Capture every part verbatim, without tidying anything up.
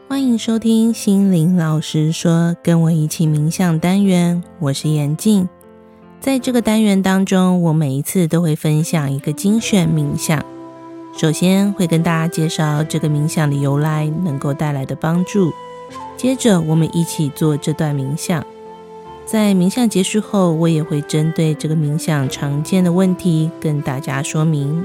欢迎收听心灵老师说，跟我一起冥想单元，我是妍静。在这个单元当中，我每一次都会分享一个精选冥想。首先会跟大家介绍这个冥想的由来，能够带来的帮助。接着我们一起做这段冥想。在冥想结束后，我也会针对这个冥想常见的问题跟大家说明。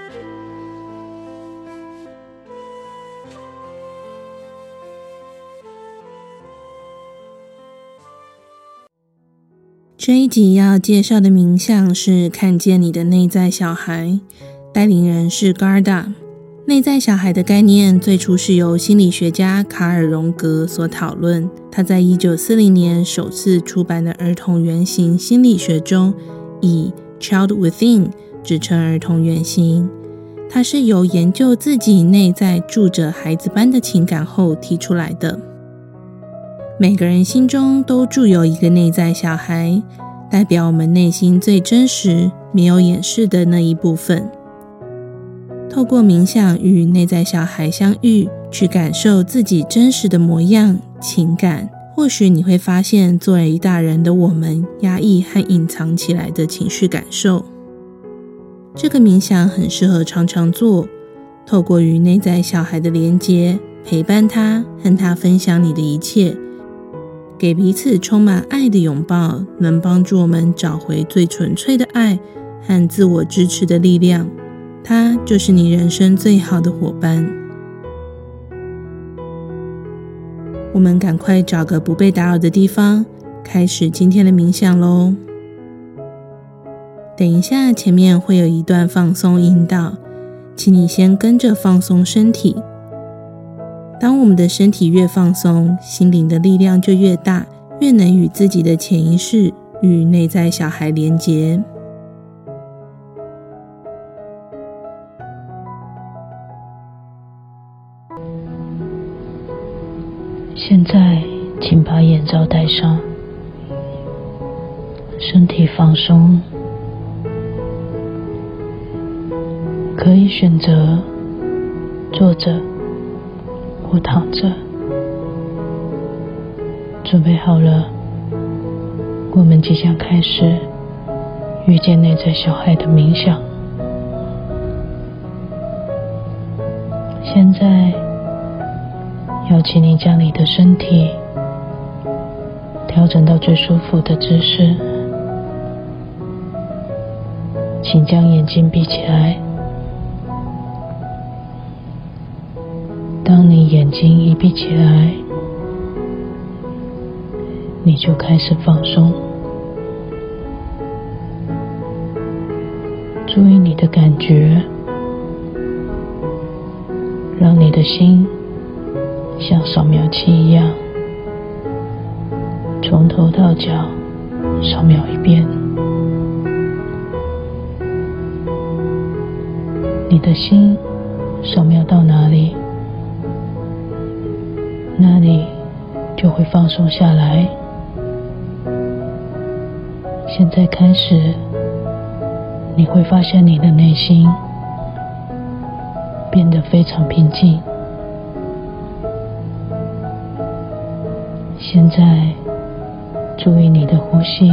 这一集要介绍的冥想是看见你的内在小孩，带领人是 Garda。 内在小孩的概念最初是由心理学家卡尔荣格所讨论，他在一九四零年首次出版的儿童原型心理学中以 Child Within 指称儿童原型。它是由研究自己内在住着孩子般的情感后提出来的。每个人心中都住有一个内在小孩，代表我们内心最真实、没有掩饰的那一部分。透过冥想与内在小孩相遇，去感受自己真实的模样、情感，或许你会发现作为大人的我们压抑和隐藏起来的情绪感受。这个冥想很适合常常做，透过与内在小孩的连结，陪伴他，和他分享你的一切，给彼此充满爱的拥抱，能帮助我们找回最纯粹的爱和自我支持的力量。它就是你人生最好的伙伴。我们赶快找个不被打扰的地方，开始今天的冥想咯。等一下前面会有一段放松引导，请你先跟着放松身体。当我们的身体越放松，心灵的力量就越大，越能与自己的潜意识与内在小孩连结。 现在请把眼罩戴上，身体放松，可以选择坐着或躺着。准备好了，我们即将开始遇见内在小孩的冥想。现在邀请你将你的身体调整到最舒服的姿势，请将眼睛闭起来。当你眼睛一闭起来，你就开始放松。注意你的感觉，让你的心像扫描器一样，从头到脚扫描一遍。你的心扫描到哪里，那里就会放松下来。现在开始，你会发现你的内心变得非常平静。现在注意你的呼吸，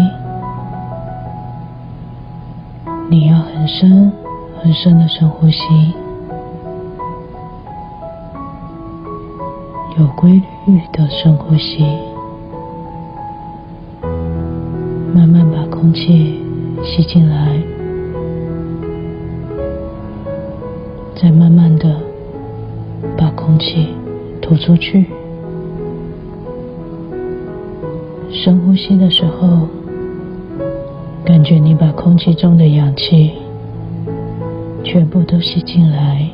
你要很深很深的深呼吸，有规律的深呼吸，慢慢把空气吸进来，再慢慢的把空气吐出去。深呼吸的时候，感觉你把空气中的氧气全部都吸进来，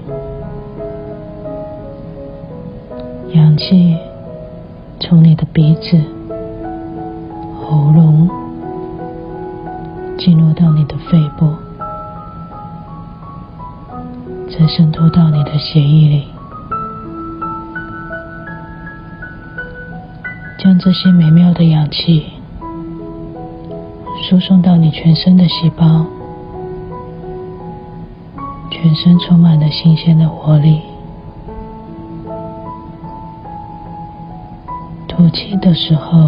氧气从你的鼻子、喉咙进入到你的肺部，再渗透到你的血液里，将这些美妙的氧气输送到你全身的细胞，全身充满了新鲜的活力。 吐气的时候，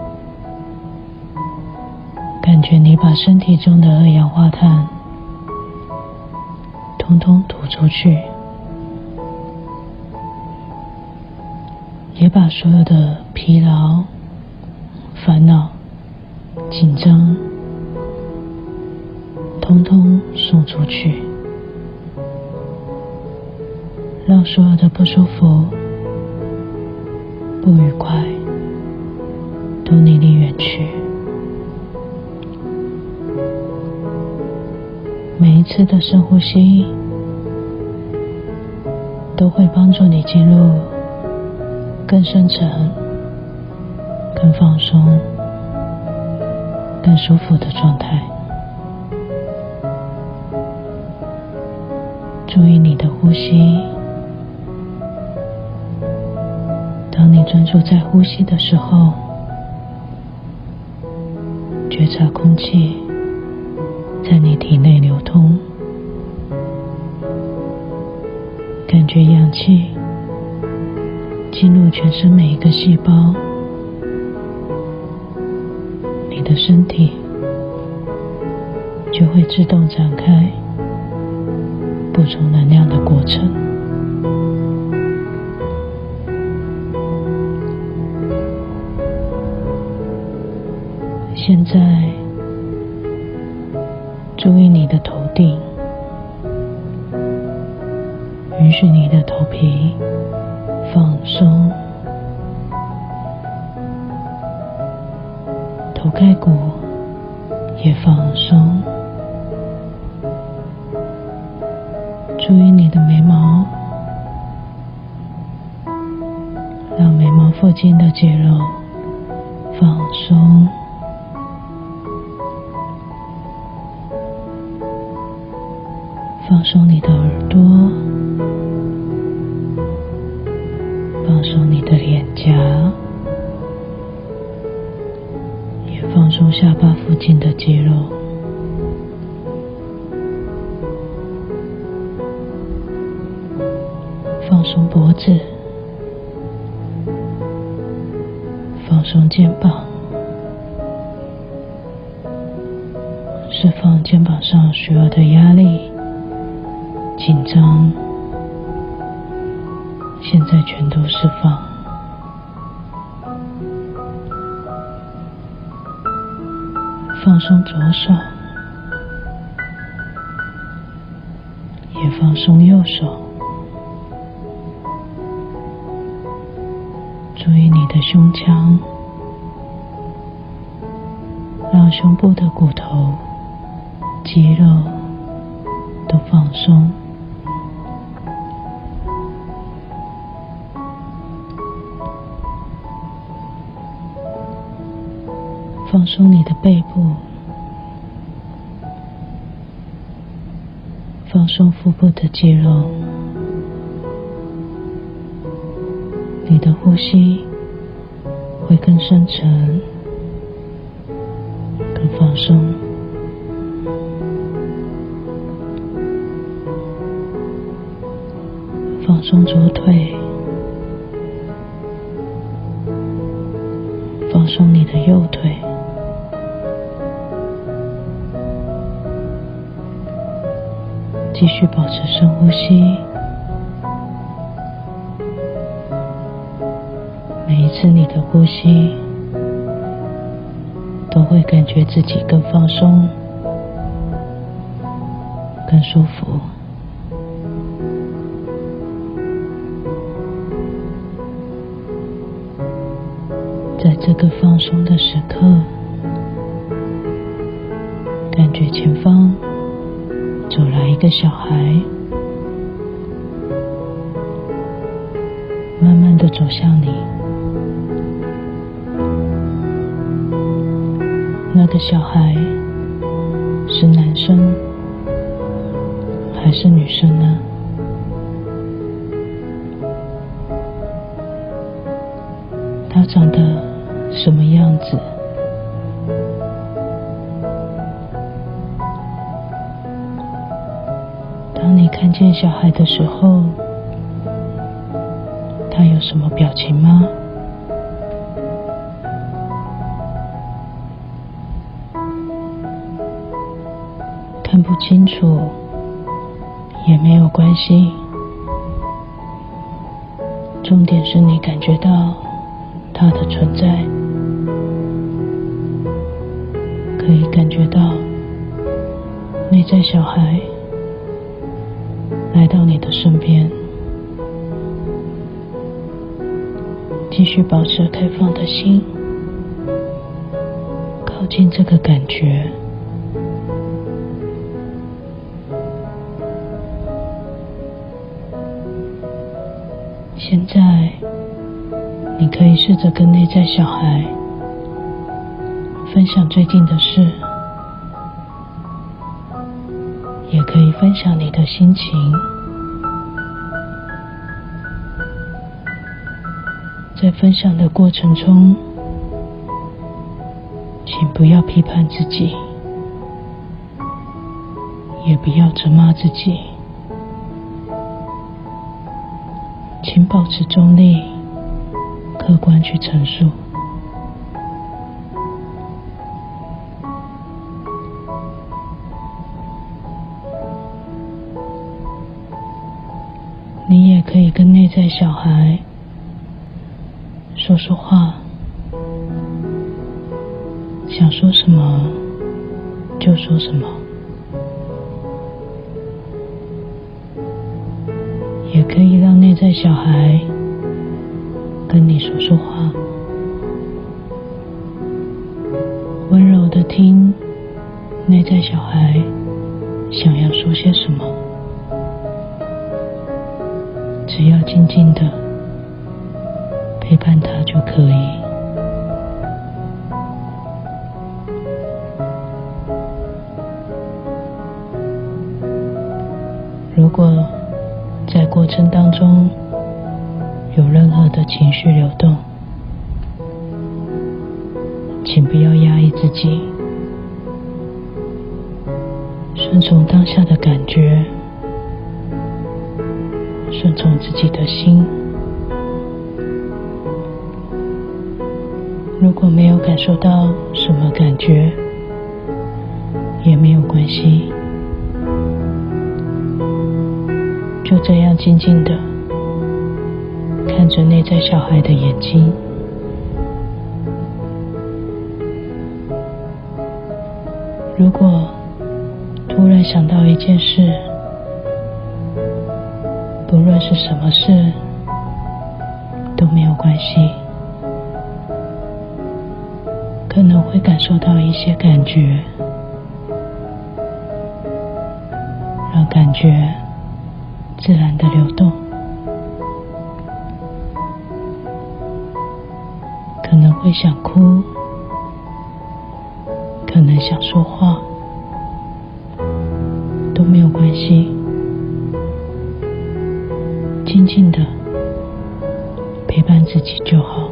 感觉你把身体中的二氧化碳通通吐出去，也把所有的疲劳、烦恼、紧张通通送出去，让所有的不舒服、不愉快都离你远去。每一次的深呼吸都会帮助你进入更深沉、更放松、更舒服的状态。注意你的呼吸，当你专注在呼吸的时候，觉察空气在你体内流通，感觉氧气进入全身每一个细胞，你的身体就会自动展开补充能量的过程。现在注意你的头顶，允许你的头皮放松，头盖骨也放松。注意你的眉毛，让眉毛附近的肌肉放松。放松你的耳朵，放松你的脸颊，也放松下巴附近的肌肉。放松脖子，放松肩膀，释放肩膀上所有的压力、紧张，现在全都释放。放松左手，也放松右手。注意你的胸腔，让胸部的骨头、肌肉都放松。放松你的背部，放松腹部的肌肉。你的呼吸会更深沉，更放松。放松左腿，放松你的右腿。继续保持深呼吸。每一次你的呼吸，都会感觉自己更放松，更舒服。在这个放松的时刻，感觉前方走来一个小孩，慢慢地走向你。那个小孩是男生还是女生呢？他长得什么样子？当你看见小孩的时候，他有什么表情吗？ 不清楚也没有关系，重点是你感觉到它的存在，可以感觉到内在小孩来到你的身边，继续保持开放的心，靠近这个感觉。现在你可以试着跟内在小孩分享最近的事，也可以分享你的心情。在分享的过程中，请不要批判自己，也不要责骂自己，请保持中立，客观去陈述。你也可以跟内在小孩说说话，想说什么就说什么，也可以让内在小孩跟你说说话，温柔地听内在小孩想要说些什么，只要静静的陪伴他就可以。如果在过程当中有任何的情绪流动，请不要压抑自己，顺从当下的感觉，顺从自己的心。如果没有感受到什么感觉，也没有关系，就这样静静的看着内在小孩的眼睛，如果突然想到一件事，不论是什么事都没有关系，可能会感受到一些感觉，让感觉自然的流动，可能会想哭，可能想说话，都没有关系，静静的陪伴自己就好。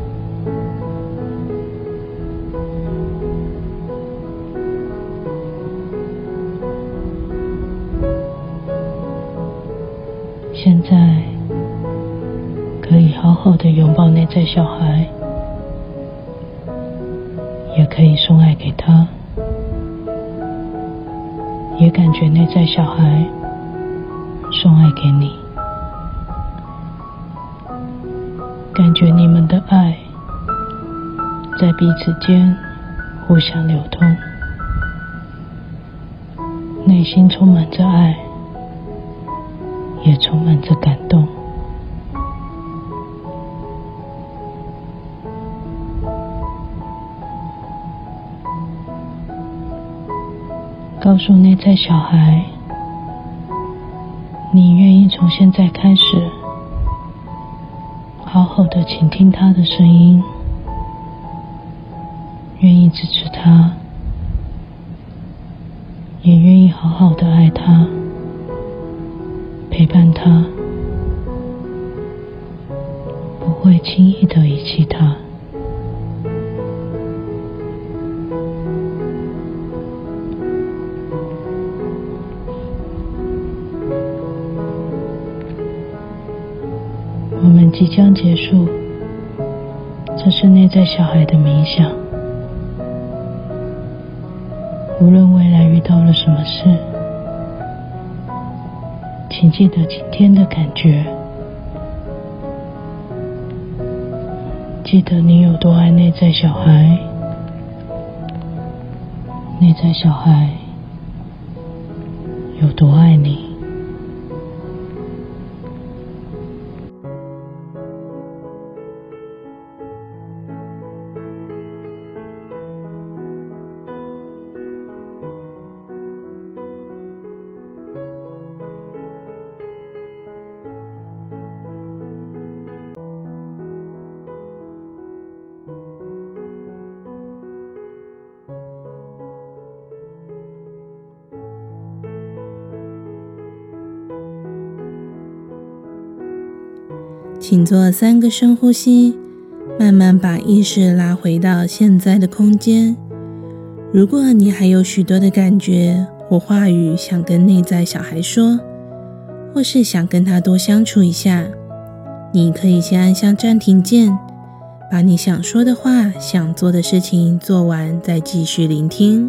现在可以好好的拥抱内在小孩，也可以送爱给他，也感觉内在小孩送爱给你，感觉你们的爱在彼此间互相流通，内心充满着爱，也充满着感动。告诉内在小孩，你愿意从现在开始好好的倾听他的声音，愿意支持他，也愿意好好的爱他，陪伴他，不会轻易的遗弃他。我们即将结束，这是内在小孩的冥想。 无论未来遇到了什么事，请记得今天的感觉，记得你有多爱内在小孩，内在小孩有多爱你。 请做三个深呼吸，慢慢把意识拉回到现在的空间。如果你还有许多的感觉或话语想跟内在小孩说，或是想跟他多相处一下，你可以先按下暂停键，把你想说的话、想做的事情做完，再继续聆听。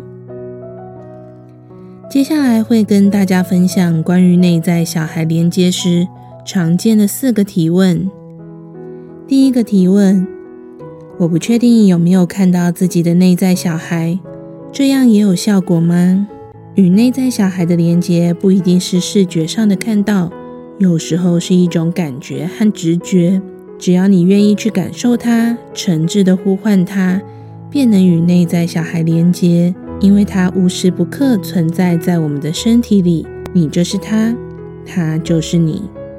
接下来会跟大家分享关于内在小孩连接时常见的四个提问。第一个提问：我不确定有没有看到自己的内在小孩，这样也有效果吗？与内在小孩的连接不一定是视觉上的看到，有时候是一种感觉和直觉，只要你愿意去感受它，诚挚地呼唤它，便能与内在小孩连接，因为它无时不刻存在在我们的身体里，你就是它，它就是你。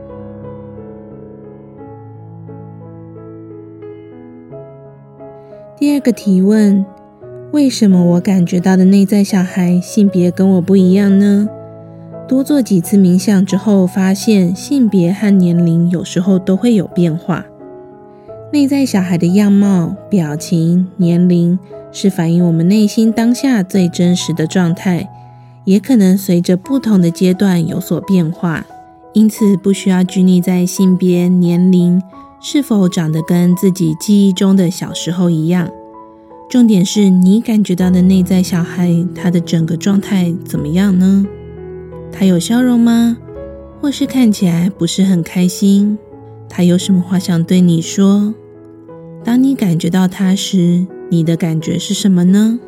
第二个提问：为什么我感觉到的内在小孩性别跟我不一样呢？多做几次冥想之后，发现性别和年龄有时候都会有变化。内在小孩的样貌、表情、年龄是反映我们内心当下最真实的状态，也可能随着不同的阶段有所变化，因此不需要拘泥在性别、年龄是否长得跟自己记忆中的小时候一样。重点是你感觉到的内在小孩，他的整个状态怎么样呢？他有笑容吗？或是看起来不是很开心？他有什么话想对你说？当你感觉到他时，你的感觉是什么呢？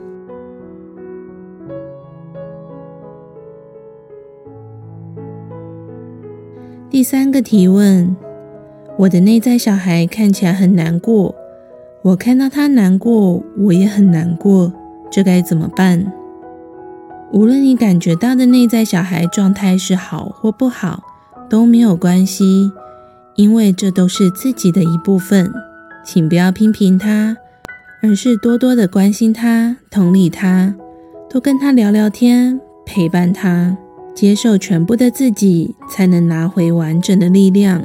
第三个提问：我的内在小孩看起来很难过，我看到他难过，我也很难过，这该怎么办？无论你感觉到的内在小孩状态是好或不好，都没有关系，因为这都是自己的一部分，请不要批评他，而是多多的关心他，同理他，多跟他聊聊天，陪伴他，接受全部的自己，才能拿回完整的力量。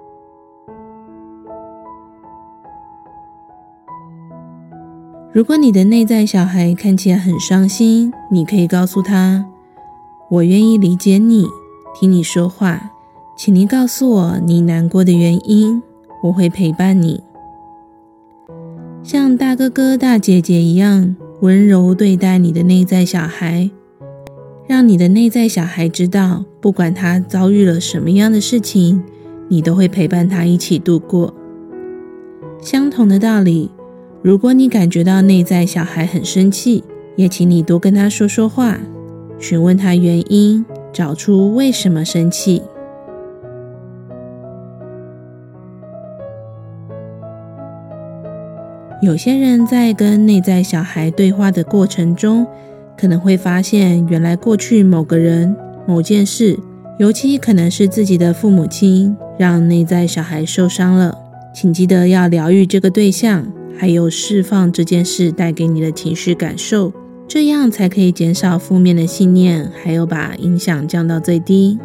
如果你的内在小孩看起来很伤心，你可以告诉他：我愿意理解你，听你说话，请你告诉我你难过的原因，我会陪伴你。像大哥哥大姐姐一样温柔对待你的内在小孩，让你的内在小孩知道，不管他遭遇了什么样的事情，你都会陪伴他一起度过。相同的道理，如果你感觉到内在小孩很生气，也请你多跟他说说话，询问他原因，找出为什么生气。有些人在跟内在小孩对话的过程中，可能会发现原来过去某个人、某件事，尤其可能是自己的父母亲，让内在小孩受伤了。请记得要疗愈这个对象，还有释放这件事带给你的情绪感受，这样才可以减少负面的信念，还有把影响降到最低。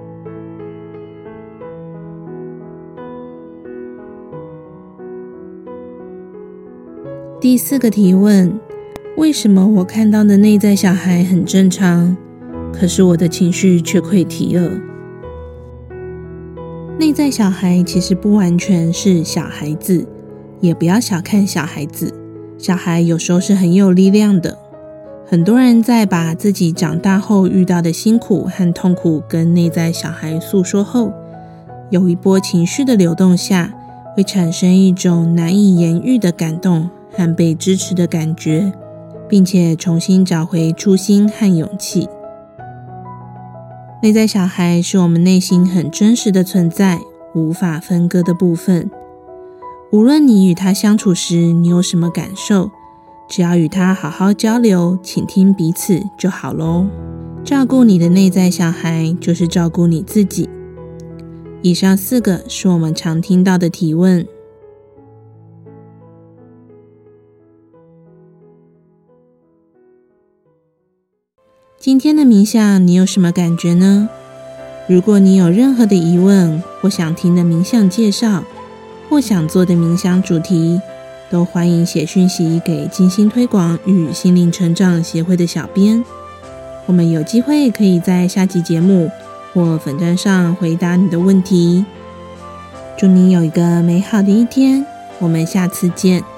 第四个提问：为什么我看到的内在小孩很正常，可是我的情绪却溃堤了？内在小孩其实不完全是小孩子，也不要小看小孩子，小孩有时候是很有力量的。 很多人在把自己长大后遇到的辛苦和痛苦跟内在小孩诉说后，有一波情绪的流动下，会产生一种难以言喻的感动和被支持的感觉，并且重新找回初心和勇气。内在小孩是我们内心很真实的存在，无法分割的部分。无论你与他相处时你有什么感受，只要与他好好交流，倾听彼此就好咯。照顾你的内在小孩，就是照顾你自己。以上四个是我们常听到的提问。今天的冥想你有什么感觉呢？如果你有任何的疑问，或想听的冥想介绍，或想做的冥想主题，都欢迎写讯息给静心推广与心灵成长协会的小编。我们有机会可以在下集节目或粉专上回答你的问题。祝你有一个美好的一天，我们下次见。